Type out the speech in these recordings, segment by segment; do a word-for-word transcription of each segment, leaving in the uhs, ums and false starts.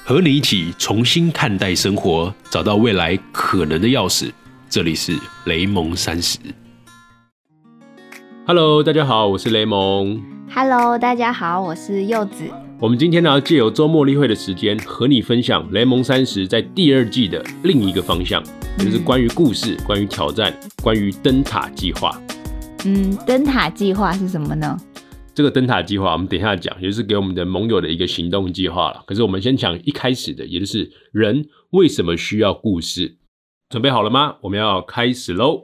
和你一起重新看待生活，找到未来可能的钥匙。这里是雷蒙三十。Hello， 大家好，我是雷蒙。 Hello， 大家好，我是柚子。 我们今天呢，要借由周末例会的时间，和你分享雷蒙三十在第二季的另一个方向，嗯、就是关于故事、关于挑战、关于灯塔计划。 嗯，灯塔计划是什么呢？ 这个灯塔计划我们等一下讲，也就是给我们的盟友的一个行动计划了。可是我们先讲一开始的，也就是人为什么需要故事。准备好了吗？我们要开始咯。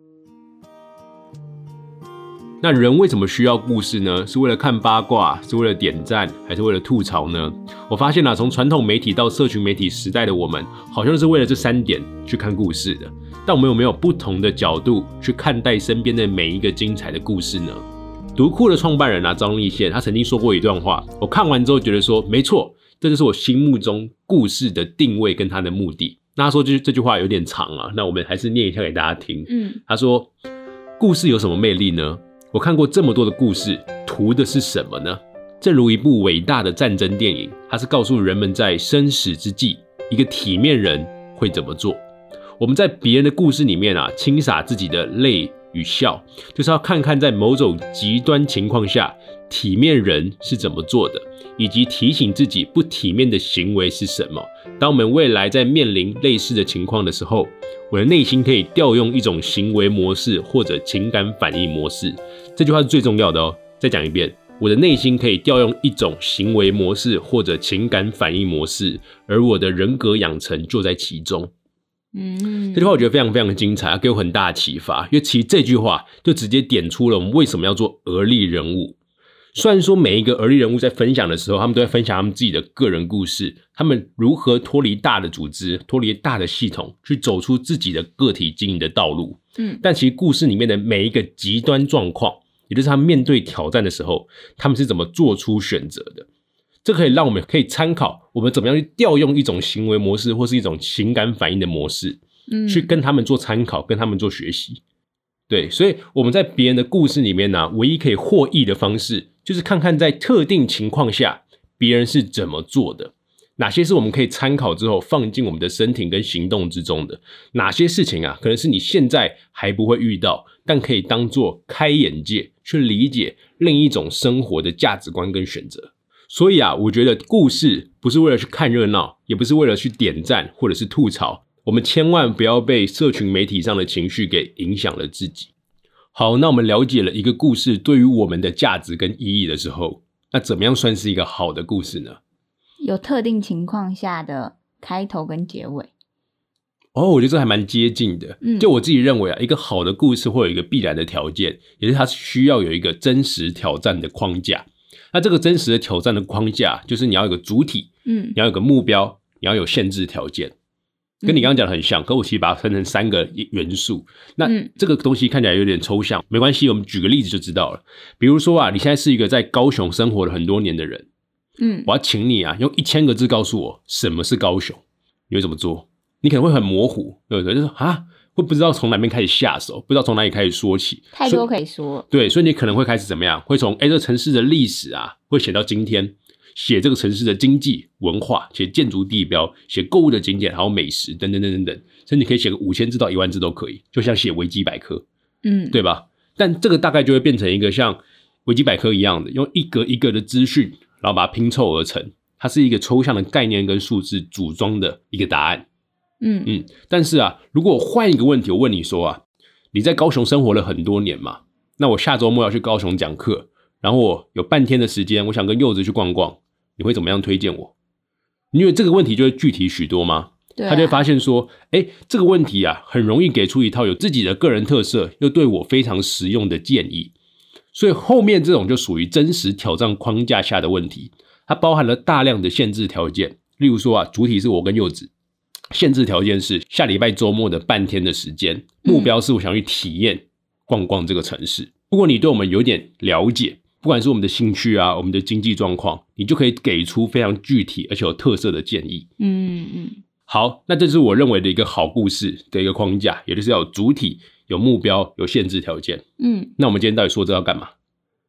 那人为什么需要故事呢？是为了看八卦，是为了点赞，还是为了吐槽呢？我发现啊，从传统媒体到社群媒体时代的我们，好像是为了这三点去看故事的。但我们有没有不同的角度去看待身边的每一个精彩的故事呢？读库的创办人啊，张立宪，他曾经说过一段话，我看完之后觉得说，没错，这就是我心目中故事的定位跟他的目的。那他说这这句话有点长啊，那我们还是念一下给大家听。嗯，他说，故事有什么魅力呢？我看过这么多的故事，图的是什么呢？正如一部伟大的战争电影，它是告诉人们在生死之际，一个体面人会怎么做。我们在别人的故事里面啊，倾洒自己的泪与笑，就是要看看在某种极端情况下，体面人是怎么做的，以及提醒自己不体面的行为是什么。当我们未来在面临类似的情况的时候，我的内心可以调用一种行为模式或者情感反应模式。这句话是最重要的哦。再讲一遍，我的内心可以调用一种行为模式或者情感反应模式，而我的人格养成就在其中。嗯，这句话我觉得非常非常精彩，给我很大的启发。因为其实这句话就直接点出了我们为什么要做而立人物。虽然说每一个而立人物在分享的时候，他们都在分享他们自己的个人故事，他们如何脱离大的组织，脱离大的系统，去走出自己的个体经营的道路。嗯，但其实故事里面的每一个极端状况，也就是他们面对挑战的时候，他们是怎么做出选择的。这可以让我们可以参考我们怎么样去调用一种行为模式或是一种情感反应的模式，嗯，去跟他们做参考，跟他们做学习。对，所以我们在别人的故事里面呢、啊，唯一可以获益的方式，就是看看在特定情况下别人是怎么做的，哪些是我们可以参考之后放进我们的身体跟行动之中的，哪些事情啊，可能是你现在还不会遇到，但可以当作开眼界，去理解另一种生活的价值观跟选择。所以啊，我觉得故事不是为了去看热闹，也不是为了去点赞或者是吐槽，我们千万不要被社群媒体上的情绪给影响了自己。好，那我们了解了一个故事对于我们的价值跟意义的时候，那怎么样算是一个好的故事呢？ 有特定情况下的开头跟结尾。 哦，我觉得这还蛮接近的。嗯，就我自己认为啊，一个好的故事会有一个必然的条件，也是它需要有一个真实挑战的框架。那这个真实的挑战的框架，就是你要有个主体，嗯，你要有个目标，你要有限制条件。跟你刚刚讲的很像，可我其实把它分成三个元素。那这个东西看起来有点抽象，没关系，我们举个例子就知道了。比如说啊，你现在是一个在高雄生活了很多年的人，嗯，我要请你啊，用一千个字告诉我什么是高雄，你会怎么做？你可能会很模糊，对不对？就是啊，会不知道从哪边开始下手，不知道从哪里开始说起， 太多可以说。对， 所以你可能会开始怎么样？会从哎，这个城市的历史啊，会写到今天。写这个城市的经济文化，写建筑地标，写购物的景点，还有美食等等等等等，甚至可以写个五千字到一万字都可以，就像写维基百科，嗯，对吧？但这个大概就会变成一个像维基百科一样的，用一格一格的资讯，然后把它拼凑而成，它是一个抽象的概念跟数字组装的一个答案。嗯嗯，但是啊，如果我换一个问题，我问你说啊，你在高雄生活了很多年嘛，那我下周末要去高雄讲课，然后我有半天的时间，我想跟柚子去逛逛。你会怎么样推荐我？因为这个问题就会具体许多吗？对啊，他就会发现说，诶，这个问题啊，很容易给出一套有自己的个人特色，又对我非常实用的建议。所以后面这种就属于真实挑战框架下的问题，它包含了大量的限制条件。例如说啊，主体是我跟柚子，限制条件是下礼拜周末的半天的时间，目标是我想去体验逛逛这个城市。如果你对我们有点了解，不管是我们的兴趣啊，我们的经济状况，你就可以给出非常具体而且有特色的建议。嗯嗯。好，那这是我认为的一个好故事的一个框架，也就是要有主体、有目标、有限制条件。嗯，那我们今天到底说这要干嘛？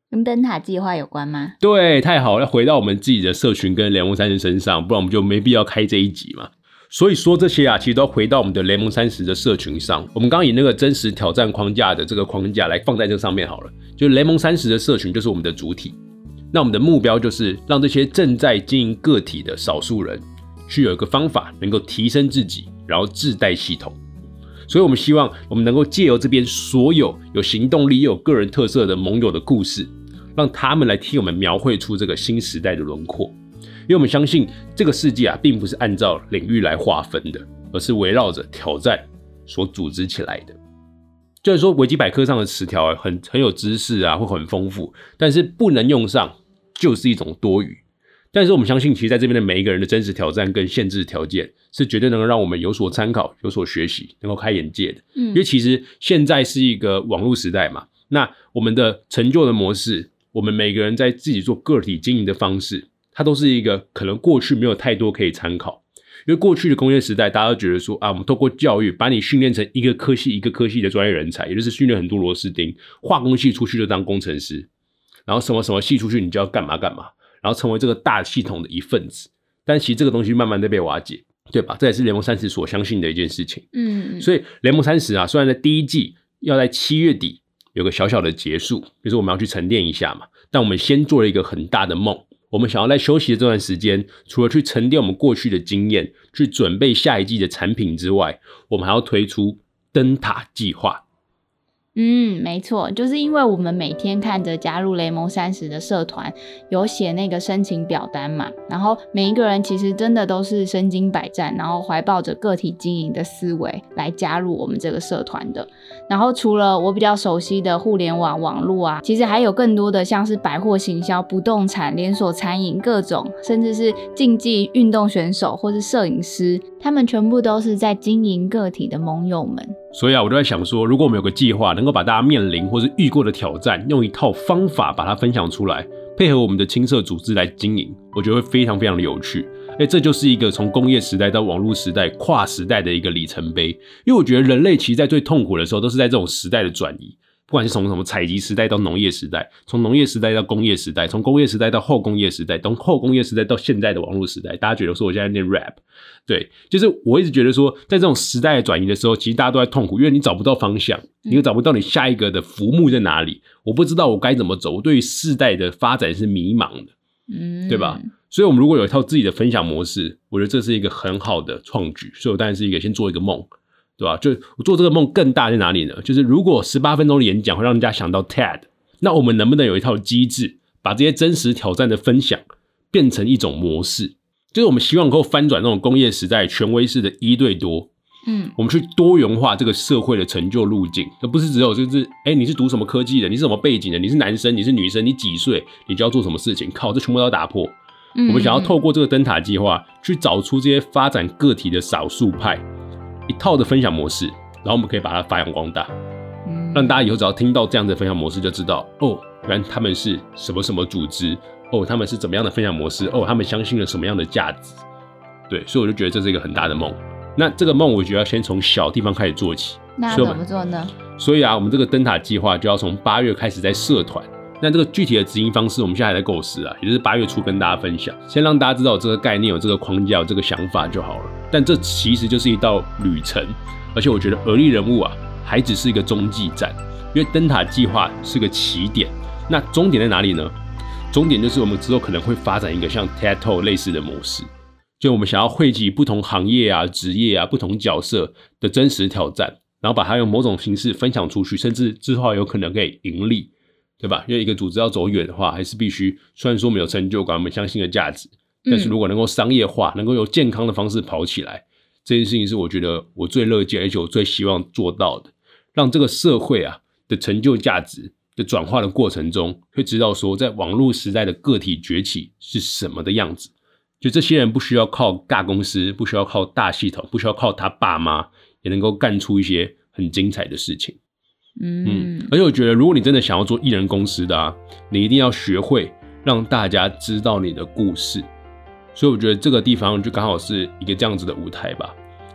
跟灯塔计划有关吗？ 对，太好了，要回到我们自己的社群跟联盟三十身上，不然我们就没必要开这一集嘛。所以说这些啊，其实都要回到我们的联盟三十的社群上。我们刚刚以那个真实挑战框架的这个框架来放在这上面好了，就是联盟三十的社群就是我们的主体。那我们的目标就是让这些正在经营个体的少数人，去有一个方法能够提升自己，然后自带系统。所以我们希望我们能够借由这边所有有行动力又有个人特色的盟友的故事，让他们来替我们描绘出这个新时代的轮廓。因为我们相信这个世界啊，并不是按照领域来划分的，而是围绕着挑战所组织起来的。就是说维基百科上的词条很很有知识啊，会很丰富，但是不能用上就是一种多余。但是我们相信其实在这边的每一个人的真实挑战跟限制条件是绝对能够让我们有所参考，有所学习，能够开眼界的。嗯，因为其实现在是一个网络时代嘛，那我们的成就的模式，我们每个人在自己做个体经营的方式，它都是一个可能过去没有太多可以参考。因为过去的工业时代，大家都觉得说啊，我们透过教育把你训练成一个科系一个科系的专业人才，也就是训练很多螺丝钉，化工系出去就当工程师，然后什么什么系出去你就要干嘛干嘛，然后成为这个大系统的一份子。但其实这个东西慢慢的被瓦解，对吧？这也是联盟三十所相信的一件事情。嗯，所以联盟三十啊，虽然在第一季要在七月底有个小小的结束，就是我们要去沉淀一下嘛，但我们先做了一个很大的梦。我们想要在休息的这段时间，除了去沉淀我们过去的经验，去准备下一季的产品之外，我们还要推出灯塔计划。 嗯，没错，就是因为我们每天看着加入雷蒙三十的社团有写那个申请表单嘛，然后每一个人其实真的都是身经百战，然后怀抱着个体经营的思维来加入我们这个社团的。然后除了我比较熟悉的互联网网络啊，其实还有更多的像是百货行销、不动产、连锁餐饮各种，甚至是竞技运动选手或是摄影师，他们全部都是在经营个体的盟友们。 所以啊，我都在想说，如果我们有个计划，能够把大家面临或是遇过的挑战，用一套方法把它分享出来，配合我们的青社组织来经营，我觉得会非常非常的有趣。欸，这就是一个从工业时代到网络时代跨时代的一个里程碑。因为我觉得人类其实在最痛苦的时候，都是在这种时代的转移。不管是从什么采集时代到农业时代，从农业时代到工业时代，从工业时代到后工业时代，从后工业时代到现在的网络时代。大家觉得说我现在念 rap， 对，就是我一直觉得说，在这种时代的转移的时候，其实大家都在痛苦，因为你找不到方向，你又找不到你下一个的浮木在哪里，我不知道我该怎么走，我对于世代的发展是迷茫的，嗯，对吧？所以我们如果有一套自己的分享模式，我觉得这是一个很好的创举，所以我当然是一个先做一个梦。对吧？就我做这个梦更大在哪里呢？就是如果十八分钟的演讲会让人家想到 T E D， 那我们能不能有一套机制，把这些真实挑战的分享变成一种模式？就是我们希望能够翻转那种工业时代权威式的一对多，嗯，我们去多元化这个社会的成就路径，而不是只有就是哎、欸，你是读什么科技的，你是什么背景的，你是男生，你是女生，你几岁，你就要做什么事情，靠，这全部都要打破。嗯，我们想要透过这个灯塔计划，去找出这些发展个体的少数派。一套的分享模式，然后我们可以把它发扬光大，嗯，让大家以后只要听到这样的分享模式就知道，哦，原来他们是什么什么组织，哦，他们是怎么样的分享模式，哦，他们相信了什么样的价值。对，所以我就觉得这是一个很大的梦。那这个梦我觉得要先从小地方开始做起。 那怎么做呢？ 所以啊，我们这个灯塔计划就要从八月开始在社团。那这个具体的执行方式，我们现在还在构思啊，也就是八月初跟大家分享，先让大家知道有这个概念、有这个框架、有这个想法就好了。但这其实就是一道旅程，而且我觉得而立人物啊，还只是一个中继站，因为灯塔计划是个起点。那终点在哪里呢？终点就是我们之后可能会发展一个像 T E D Talk 类似的模式，就我们想要汇集不同行业啊、职业啊、不同角色的真实挑战，然后把它用某种形式分享出去，甚至之后有可能可以盈利。对吧？因为一个组织要走远的话，还是必须虽然说没有成就感，我们相信的价值，但是如果能够商业化，能够有健康的方式跑起来，这件事情是我觉得我最乐见，而且我最希望做到的，让这个社会啊的成就价值的转化的过程中，会知道说，在网络时代的个体崛起是什么的样子。就这些人不需要靠大公司，不需要靠大系统，不需要靠他爸妈，也能够干出一些很精彩的事情。嗯，而且我觉得，如果你真的想要做艺人公司的啊，你一定要学会让大家知道你的故事。所以我觉得这个地方就刚好是一个这样子的舞台吧。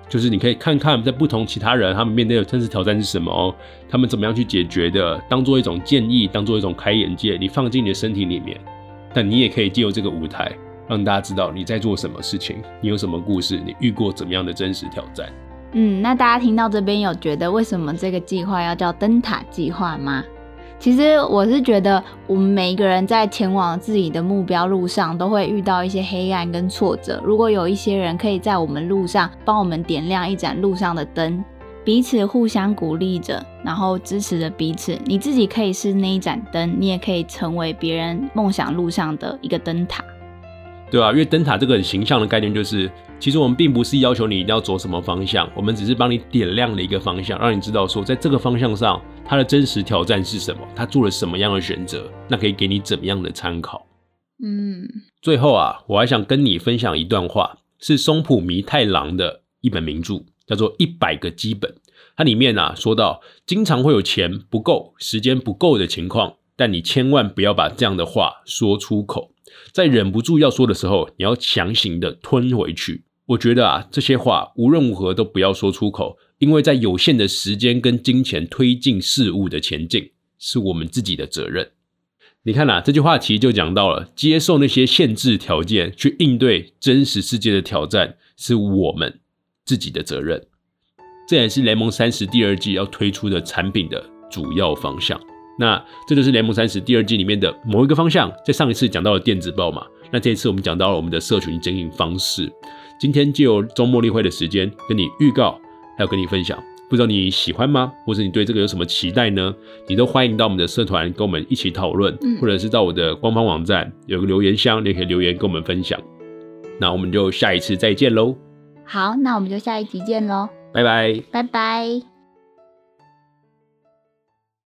就是你可以看看在不同其他人他们面对的真实挑战是什么哦，他们怎么样去解决的，当做一种建议，当做一种开眼界，你放进你的身体里面。但你也可以借由这个舞台让大家知道你在做什么事情，你有什么故事，你遇过怎么样的真实挑战。 嗯，那大家听到这边有觉得为什么这个计划要叫灯塔计划吗？其实我是觉得我们每一个人在前往自己的目标路上都会遇到一些黑暗跟挫折，如果有一些人可以在我们路上帮我们点亮一盏路上的灯，彼此互相鼓励着，然后支持着彼此，你自己可以是那一盏灯，你也可以成为别人梦想路上的一个灯塔。 对啊，因为灯塔这个很形象的概念就是，其实我们并不是要求你一定要走什么方向，我们只是帮你点亮了一个方向，让你知道说在这个方向上它的真实挑战是什么，他做了什么样的选择，那可以给你怎么样的参考。 嗯， 最后啊，我还想跟你分享一段话，是松浦弥太郎的一本名著，叫做《一百个基本》。它里面啊说到，经常会有钱不够、时间不够的情况，但你千万不要把这样的话说出口。在忍不住要说的时候，你要强行的吞回去。我觉得啊，这些话无论如何都不要说出口，因为在有限的时间跟金钱推进事物的前进，是我们自己的责任。你看啊，这句话其实就讲到了，接受那些限制条件，去应对真实世界的挑战，是我们自己的责任。这也是联盟三十第二季要推出的产品的主要方向。那这就是联盟三十第二季里面的某一个方向，在上一次讲到了电子报嘛，那这一次我们讲到了我们的社群经营方式。今天借由周末例会的时间跟你预告，还有跟你分享，不知道你喜欢吗？或者你对这个有什么期待呢？你都欢迎到我们的社团跟我们一起讨论， 嗯、 或者是到我的官方网站有个留言箱，你也可以留言跟我们分享。那我们就下一次再见咯。 好，那我们就下一集见咯。 拜拜， 拜拜。